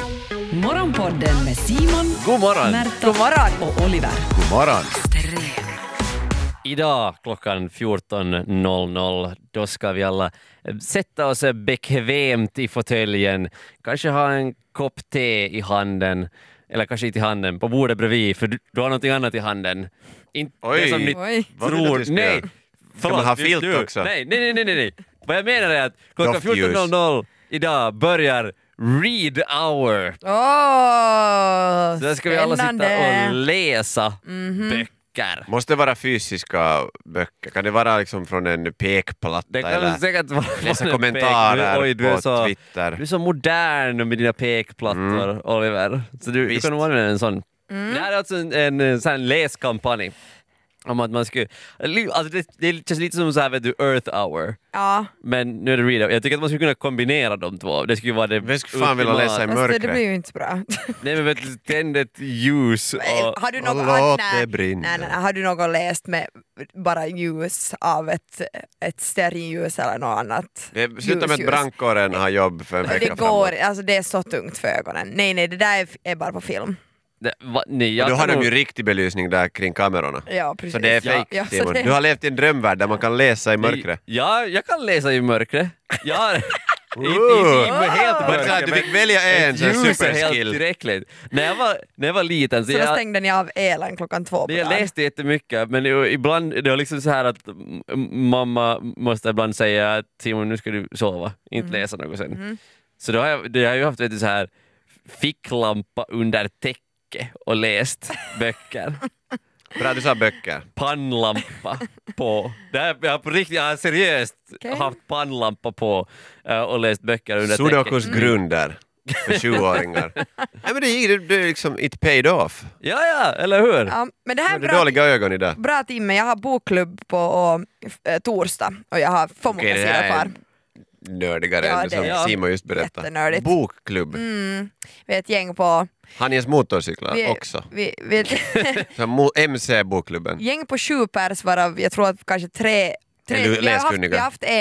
Morgonpodden med Simon, God morgon. Märta och Oliver. God morgon. Extrem. Idag klockan 14.00 då ska vi alla sätta oss bekvämt i fåtöljen, kanske ha en kopp te i handen, eller kanske inte i handen, på bordet bredvid, för du har någonting annat i handen. Inte Oj. det som ni Oj. Vad vill du att vi ska Nej, göra? Ska man ha filt nu. också? Nej. Vad jag menar är att klockan Doftljus. 14.00 idag börjar Read Hour. Så där ska vi alla sitta och läsa böcker. Måste det vara fysiska böcker? Kan det vara liksom från en pekplatta Det kan eller säkert vara läsa en kommentarer Oj, du är på så, Twitter? Du är så modern med dina pekplattor, Oliver. Så du Visst. kan nog använda en sån. Det här är alltså en sån läskampanj om att man skulle... Alltså det känns lite som så här, vet du, Earth Hour. Ja, Men nu är det Read Hour. Jag tycker att man skulle kunna kombinera de två. Det skulle vara det Vem skulle fan vilja läsa i fast mörkret? det blir ju inte så bra. Nej men vet du, tänd ett ljus och... Har du Och något, låt nej, det brinna. nej, har du något läst med bara ljus av ett stearinljus eller något annat? Sluta med att brandkåren har jobb för en Det vecka går, framåt. alltså det är så tungt för ögonen. Nej, det där är bara på film. Nej, jag Och då har kan de ju nog- riktig belysning där kring kamerorna. Ja, precis. Så det är fake, Ja, så Simon. det- Du har levt i en drömvärld där man kan läsa i mörkret. Ja, jag kan läsa i mörkret. Jag inte helt Men så att du fick välja en sån ljus är helt superskill. tillräckligt. När jag var liten så Så då jag, stängde ni av elen 2:00 på jag dagen. läste jättemycket, men ibland det var liksom så här att mamma måste ibland säga att Simon, nu ska du sova, inte läsa något sen. Så då har jag ju haft, vet du, så här ficklampa under täcke och läst böcker. Bra, du sa böcker. Pannlampa på. Jag har seriöst Okej. haft pannlampa på och läst böcker under Sudokus täcket. grunder för 20-åringar. Nej men det är liksom, it paid off. Ja, eller hur? Ja, men det här Du är har dåliga ögon idag. bra timme. Jag har bokklubb på torsdag och jag har för många Okej, det sidor här är kvar. nördigare Ja, än det som är Simon just berättade. jättenördigt. Bokklubb. Vi är ett gäng på... Hannes motorcyklar Vi, också. vi är Så MC-bokklubben. gäng på 7 pers varav jag tror att kanske tre Är läskunniga? vi har haft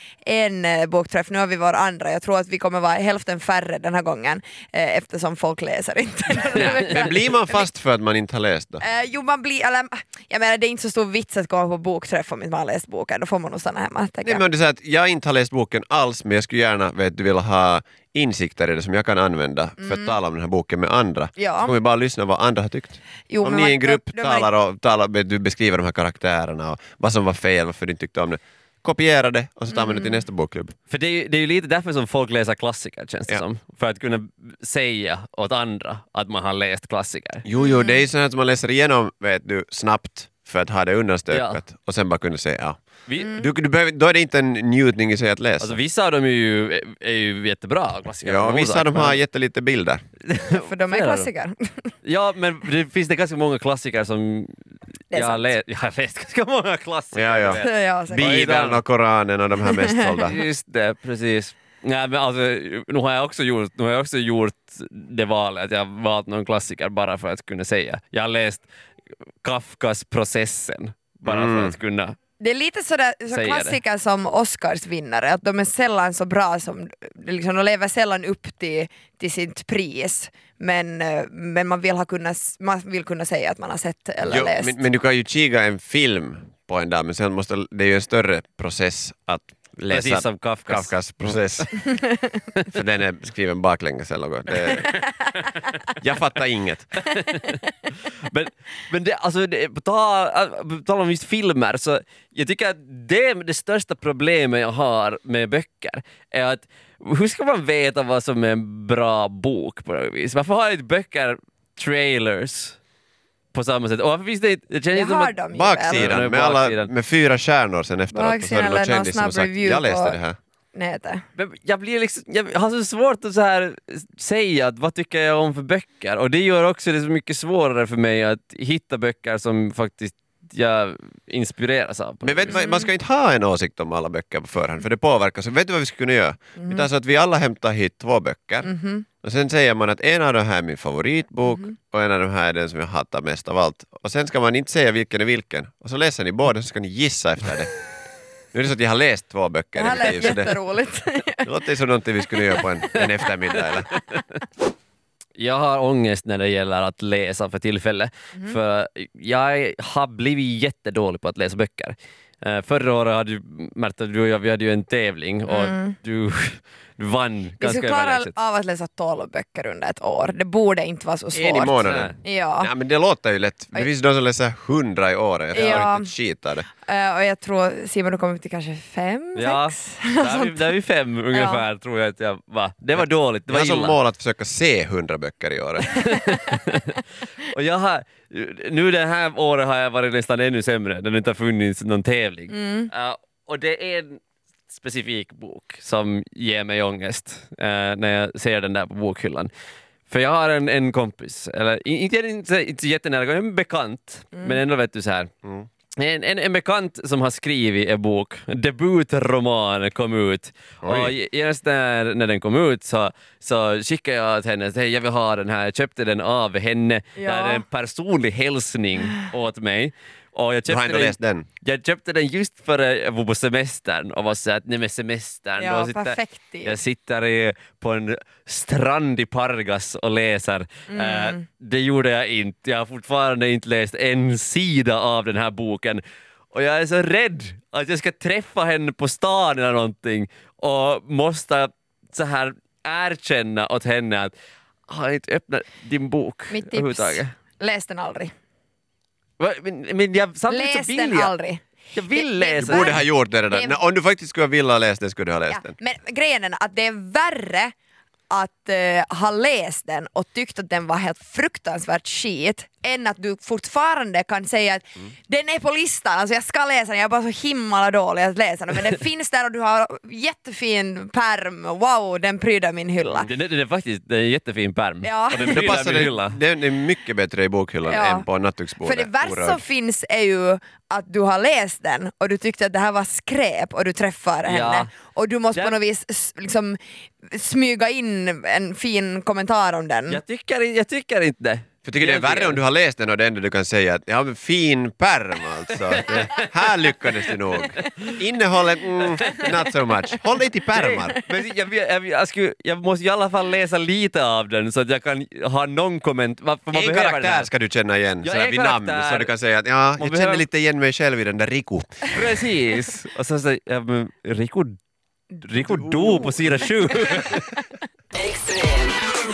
en bokträff, nu har vi vår andra. Jag tror att vi kommer vara hälften färre den här gången eftersom folk läser inte. Men blir man fast för att man inte har läst då? Jo, man blir, eller, jag menar det är inte så stor vits att gå på bokträff om inte man har läst boken, då får man nog stanna hemma. tänker Nej, jag. men det är så att jag inte har läst boken alls, men jag skulle gärna vilja ha insikter i det som jag kan använda för att tala om den här boken med andra. Ja. Så kommer vi bara lyssna vad andra har tyckt. Jo, Om men ni i en grupp då man- du beskriver de här karaktärerna och vad som var fel, varför du inte tyckte om det. Kopiera det och så tar man det till nästa bokklubb. För det är ju lite därför som folk läser klassiker, känns det Ja. som. För att kunna säga åt andra att man har läst klassiker. Jo, det är ju så här att man läser igenom, vet du, snabbt för att ha det undanstökat och sen bara kunna säga ja. Du behöver, då är det inte en njutning i sig att läsa. Alltså vissa av dem är ju jättebra klassiker. Ja, som vissa sagt, de har men- jättelite bilder. För de är Flera då. klassiker. Ja, men det finns det ganska många klassiker som Det är jag har sant. läst. Jag har läst ganska många klassiker. Ja. jag vet. Ja, säkert. Bibeln och Koranen och de här mest sålda. Just det, precis. Nej, men alltså, nu har jag också gjort det valet att jag har valt någon klassiker bara för att kunna säga. Jag har läst Kafkas Processen bara för att kunna. Det är lite så Säger klassiker som Oscarsvinnare, att de är sällan så bra som, liksom, de lever sällan upp till sitt pris, men man vill kunna säga att man har sett eller Jo, läst. men du kan ju kika en film på en dag, men sen måste det är ju en större process att läsa Precis som Kafkas process. För den är skriven baklänges eller något. Jag fattar inget. Men det, alltså, på tal om just filmer, så jag tycker att det största problemet jag har med böcker är att hur ska man veta vad som är en bra bok på något vis? Varför har inte böcker trailers på samma sätt? Och varför finns det inte... Det känns Det inte som har att... de ju väl. Baksidan med 4 stjärnor sen efteråt. Och så har Baksidan det någon eller någon kändis som har snabb sagt review jag läste på- det här. nätet. Men jag har så svårt att så här säga att vad tycker jag om för böcker, och det gör också det så mycket svårare för mig att hitta böcker som faktiskt jag inspireras av. Men vet du vad, man ska inte ha en åsikt om alla böcker på förhand, för det påverkar. Så vet du vad vi skulle kunna göra? Vi tar så att vi alla hämtar hit 2 böcker och sen säger man att en av de här är min favoritbok och en av de här är den som jag hatar mest av allt. Och sen ska man inte säga vilken är vilken. Och så läser ni båda så ska ni gissa efter det. Nu är det så att jag har läst 2 böcker. Det här i mitt liv, lät så jätteroligt. det låter som någonting vi skulle göra på en eftermiddag. Eller? Jag har ångest när det gäller att läsa för tillfället. För jag har blivit jättedålig på att läsa böcker. Förra året hade du märkt att du och jag, vi hade ju en tävling och du vann Vi ganska skulle klara överlägset. av att läsa 12 böcker under ett år. Det borde inte vara så svårt. En i månaden. Ja. Nej, men det låter ju lätt. Det finns de som läser 100 i året. Jag har inte skit av det. Och jag tror, Simon, du kommer upp till kanske 5, Ja, 6? där är vi 5 ungefär tror jag att jag var. Det var dåligt, det Jag var har som illa. mål att försöka se 100 böcker i året. Och jag har, nu det här året har jag varit nästan ännu sämre när det inte har funnits någon tävling. Och det är en specifik bok som ger mig ångest när jag ser den där på bokhyllan. För jag har en kompis, eller inte jättenära, en bekant, men ändå vet du så här. En bekant som har skrivit en bok, debutroman kom ut. Och just när den kom ut så skickade jag till henne, hej jag vill ha den här, jag köpte den av henne. Ja. Det är en personlig hälsning åt mig. Och Du har ändå läst den. jag köpte den just före jag var på semestern och var så att nej men semestern. Ja, då perfekt tid. jag sitter på en strand i Pargas och läser. Det gjorde jag inte. Jag har fortfarande inte läst en sida av den här boken. Och jag är så rädd att jag ska träffa henne på stan eller någonting och måste så här erkänna åt henne att har inte öppnat din bok Mitt tips, överhuvudtaget. läs den aldrig. Men jag, samtidigt Läs så vill den jag. aldrig. Jag vill Det- läsa. Du borde ha gjort det redan. Det- Nej, om du faktiskt skulle vilja läsa den skulle du ha läst den. Men grejen är att det är värre att ha läst den och tyckt att den var helt fruktansvärt skit än att du fortfarande kan säga att den är på listan, alltså jag ska läsa den, jag är bara så himla dålig att läsa den, men den finns där och du har jättefin pärm, wow, den pryder min hylla. Det är faktiskt det är en jättefin pärm. Ja. Och den Det prylar passar min hylla. den är mycket bättre i bokhyllan Ja. än på nattduksbordet. För det värsta orörd. som finns är ju att du har läst den och du tyckte att det här var skräp och du träffar henne Ja. och du måste Den- på något vis liksom smyga in en fin kommentar om den. Jag tycker inte det. Jag tycker det är värre om du har läst den och det enda du kan säga att jag har en fin pärm alltså. Det, här lyckades du nog. Innehållet, not so much. Håll dig till pärmar. Men jag måste i alla fall läsa lite av den så att jag kan ha någon kommentar. En karaktär ska du känna igen Ja, sådär en vid namn karaktär. så du kan säga att ja, jag behöver- känner lite igen mig själv i den där Riku. Precis. Och så säger jag, men Rico dog på sida 7. Extrem.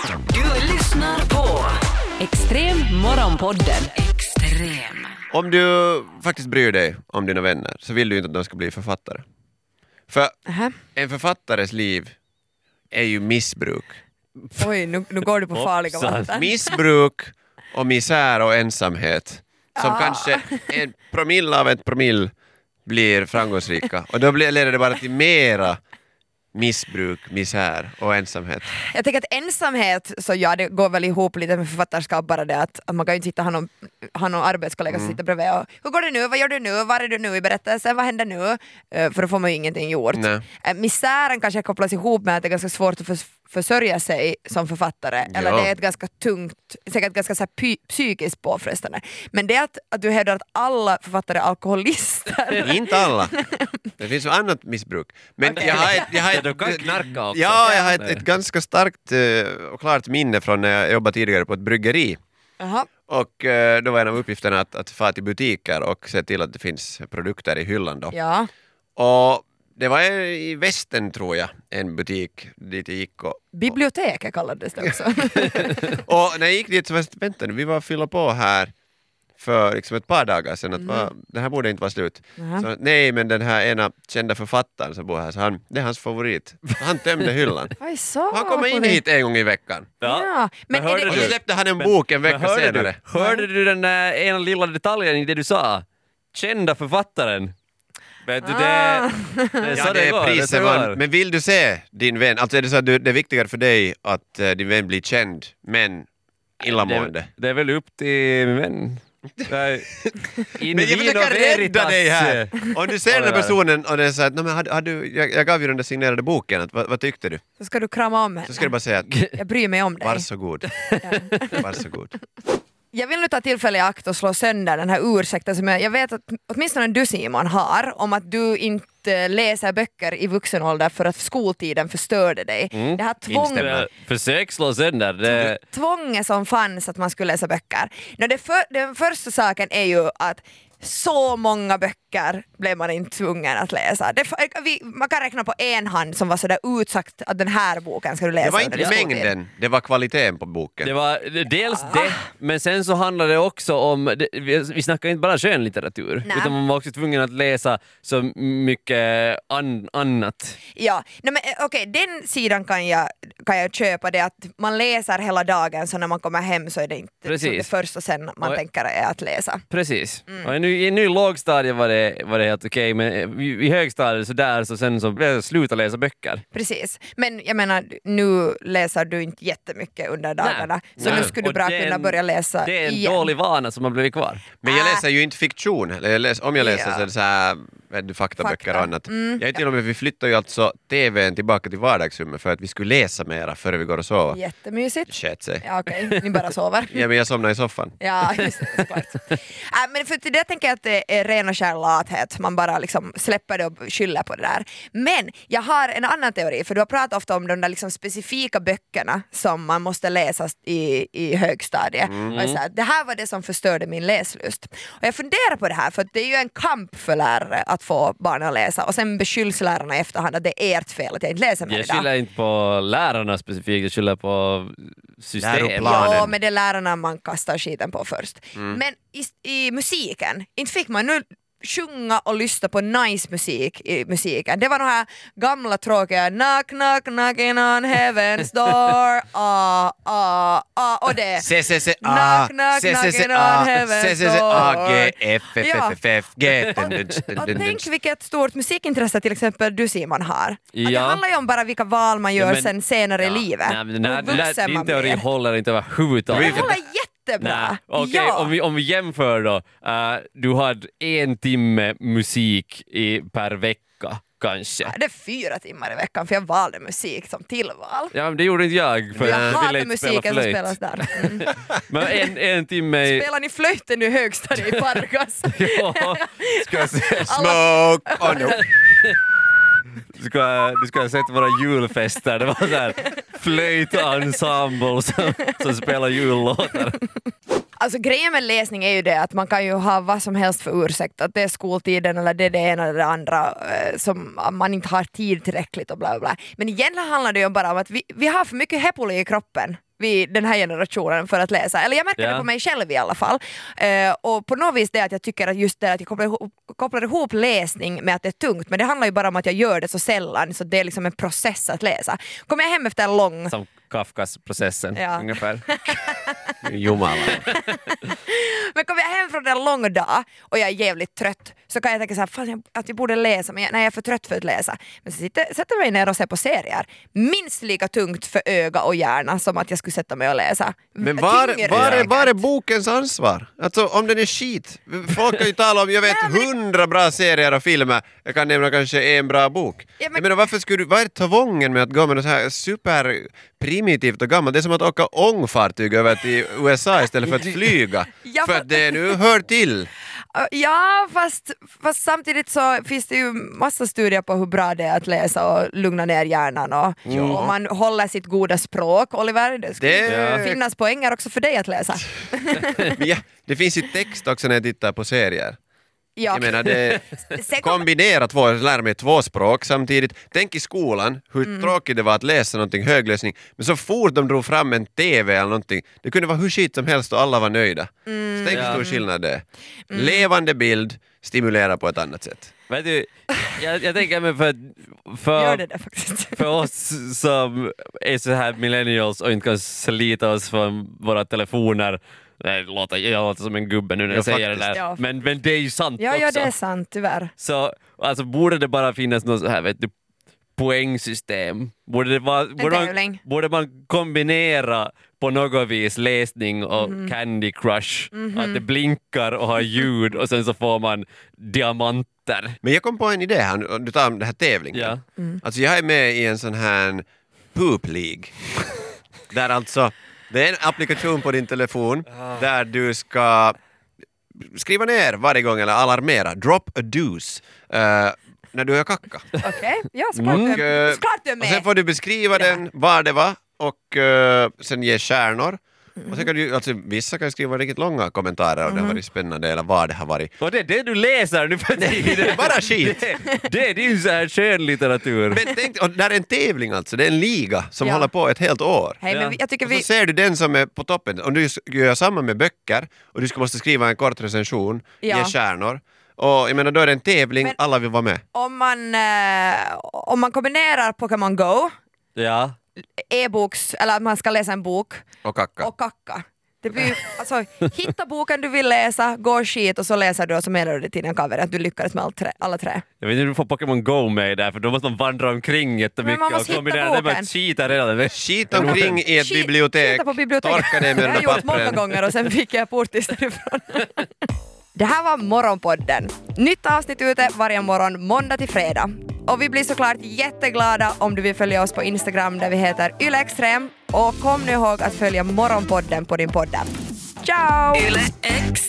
Du lyssnar på Extrem morgonpodden. Extrem. Om du faktiskt bryr dig om dina vänner så vill du inte att de ska bli författare. För Aha. en författares liv är ju missbruk. Oj, nu går du på farliga Hoppsan. vatten. Missbruk och misär och ensamhet som kanske en promille av ett promille blir framgångsrika och då leder det bara till mera missbruk, misär och ensamhet. Jag tänker att ensamhet, så ja, det går väl ihop lite med författarskap, bara det att man kan ju inte sitta och ha någon arbetskollega som sitter bredvid och hur går det nu, vad gör du nu, var är du nu i berättelsen, vad händer nu? För då får man ju ingenting gjort. Nej. Misären kanske kopplas ihop med att det är ganska svårt att försörja sig som författare, eller Ja. det är ett ganska tungt, säkert ganska så här psykiskt påfrestande. Men det att du hävdar att alla författare är alkoholister. Inte alla. Det finns ju annat missbruk. Men Okej. jag har De kan knarka också. Ja, jag har ett ganska starkt och klart minne från när jag jobbade tidigare på ett bryggeri. Jaha. Och då var en av uppgifterna att fara till butiker och se till att det finns produkter i hyllan då. Ja. Och det var i västen tror jag, en butik dit jag gick Biblioteket kallades det också. och när jag gick dit så var det, vänta nu, vi var fylla på här för liksom ett par dagar sedan att det här borde inte vara slut. Så, nej, men den här ena kända författaren som bor här, så det är hans favorit. Han tömde hyllan. Oj, så. Han kommer in hit en gång i veckan. Ja. Men hörde är Och det, så släppte han en bok en vecka hörde senare. hörde du den där ena lilla detaljen i det du sa? Kända författaren. Vet du, det är Ja, så det är går, priset. så går. Men vill du se din vän, alltså är det så att det är viktigare för dig att din vän blir känd, men illamående? Det är väl upp till män. Men jag försöker rädda dig här! Om du ser den här personen och det är så att, men jag gav ju den där signerade boken, att, vad tyckte du? så ska du krama om henne. Så ska du bara säga att Jag bryr mig om dig. varsågod. Varsågod. Jag vill nu ta tillfälle i akt och slå sönder den här ursäkten som jag vet att åtminstone du Simon har om att du inte läser böcker i vuxen ålder för att skoltiden förstörde dig. Det här Försök slå sönder. Det... tvånget som fanns att man skulle läsa böcker. Den första saken är ju att så många böcker blev man inte tvungen att läsa. Man kan räkna på en hand som var sådär utsagt att den här boken ska du läsa. Det var inte mängden, det var kvaliteten på boken. Det var dels det, men sen så handlade det också om, vi snackar inte bara skönlitteratur, utan man var också tvungen att läsa så mycket annat. Ja, men okej, den sidan kan jag köpa, det att man läser hela dagen så när man kommer hem så är det inte det första sen man tänker är att läsa. Precis. Och i ny lågstadie var det helt okej, men i högstadiet så sen så blev jag sluta läsa böcker. Precis, men jag menar nu läser du inte jättemycket under dagarna, så nu skulle du bra kunna börja läsa det är en igen. dålig vana som har blivit kvar. Men jag läser ju inte fiktion, om jag läser så är det så här faktaböcker och annat. Jag är till och med, vi flyttar ju alltså tvn tillbaka till vardagsrummet för att vi skulle läsa mera före vi går och sova. Jättemysigt. Skät sig. Ja, okej, ni bara sover. Ja, men jag somnar i soffan. Ja, just det, såklart. Men för till det tänker jag att det är ren och skär lathet. Man bara liksom släpper det och skyller på det där. Men jag har en annan teori, för du har pratat ofta om de där liksom specifika böckerna som man måste läsa i högstadiet. Och så här, det här var det som förstörde min läslust. Och jag funderar på det här, för det är ju en kamp för lärare att få barnen att läsa, och sen beskylls lärarna i efterhand att det är ert fel att jag inte läser mer Jag idag. skyller inte på lärarna specifikt, jag skyller på system. Läroplanen. Ja, men det är lärarna man kastar skiten på först. Men i musiken, inte fick man nu sjunga och lyssna på nice musik i musiken. Det var de här gamla tråkiga knock knock knocking on heaven's door och det knock knock knocking on heaven's door. Och tänk vilket stort musikintresse till exempel du Simon har. Det handlar ju om bara vilka val man gör sen senare i livet. Nej, men din teori håller inte överhuvudtaget. Det håller jättebra. Om vi jämför då, du hade 1 timme musik per vecka kanske. Ja, det är 4 timmar i veckan för jag valde musik som tillval. Ja, men det gjorde inte jag. För jag hatar ville inte musiken som spelas där. Men en timme... Spelar ni flöjten nu högstadiet i Pargas? Ja, ska jag säga smoke on the... Du ska ha sett våra julfester. Det var så här flöjtensemble som spelar jullåtar. Alltså grejen med läsning är ju det att man kan ju ha vad som helst för ursäkt, att det är skoltiden eller det är det ena eller det andra som man inte har tid tillräckligt och bla bla. Men egentligen handlar det ju bara om att vi har för mycket hepuli i kroppen vid den här generationen för att läsa. Eller jag märker det på mig själv i alla fall. Och på något vis det att jag tycker att just det att jag kopplar ihop läsning med att det är tungt, men det handlar ju bara om att jag gör det så sällan så det är liksom en process att läsa. Kommer jag hem efter en lång... Som Kafkas-processen ungefär. Jumala. Men kommer jag hem från en lång dag och jag är jävligt trött så kan jag tänka så här, fan, att jag borde läsa, men jag är för trött för att läsa. Men så sätter jag mig ner och ser på serier. Minst lika tungt för öga och hjärna som att jag skulle sätta mig och läsa. Men var är bokens ansvar? Alltså om den är skit. Folk kan ju tala om, jag vet, 100 bra serier och filmer. Jag kan nämna kanske en bra bok. Ja, men varför skulle vad är tvången med att gå med något så här super primitivt och gammalt? Det är som att åka ångfartyg över till USA istället för att flyga. För att det nu hör till. Ja, fast samtidigt så finns det ju massa studier på hur bra det är att läsa och lugna ner hjärnan och man håller sitt goda språk, Oliver. Det skulle finnas poänger också för dig att läsa. Ja, det finns ju text också när jag tittar på serier. Ja. Jag menar, det kombinera lära mig 2 språk samtidigt. Tänk i skolan hur tråkigt det var att läsa någonting högläsning, men så fort de drog fram en TV eller någonting, det kunde vara hur skit som helst och alla var nöjda. Så tänk hur stor skillnad det är. Levande bild stimulerar på ett annat sätt. Vet du, jag tänker mig för oss som är så här millennials och inte kan slita oss från våra telefoner. Jag låter som en gubbe nu när jag säger faktiskt. Det där. Ja. Men det är ju sant också. Ja, det är sant, tyvärr. Så alltså, borde det bara finnas något så här, vet du, poängsystem? Borde man kombinera på något vis läsning och Candy Crush? Att det blinkar och har ljud och sen så får man diamanter. Men jag kom på en idé här, du tar den här tävlingen. Ja. Alltså jag är med i en sån här poop league. Där alltså Det är en applikation på din telefon där du ska skriva ner varje gång eller alarmera. Drop a deuce. När du är kacka. Okej, ja såklart du är Och med. sen får du beskriva den, var det var och sen ge stjärnor. Och sen kan du, alltså, vissa kan skriva riktigt långa kommentarer om det har varit spännande eller vad det har varit. Och det är det du läser nu för tiden. Bara skit! Det är din så här skönlitteratur. Men tänk, och där är en tävling alltså, det är en liga som Ja. håller på ett helt år. Hej, men jag tycker Och så vi... ser du den som är på toppen. Om du gör samma med böcker och du måste skriva en kort recension, Ja. ge stjärnor. Och jag menar, då är det en tävling, Men- alla vill vara med. Om man kombinerar Pokémon Go, Ja. e-boks, eller att man ska läsa en bok Och kacka. och kacka. Det blir, alltså, hitta boken du vill läsa, gå och skit och så läser du och så meddelar du det till din cover att du lyckades med alla tre. Jag vet inte hur du får Pokémon Go med där för då måste man vandra omkring jättemycket Men man måste och kombinera hitta det med boken. att skita redan. Skit omkring i ett Skit- bibliotek, skita på biblioteket. torka det med Det har de jag gjort många pappren. gånger och sen fick jag portis därifrån. Det här var Morgonpodden. Nytt avsnitt ute varje morgon måndag till fredag. Och vi blir såklart jätteglada om du vill följa oss på Instagram där vi heter ylextrem. Och kom nu ihåg att följa Morgonpodden på din podd. Ciao! Yle X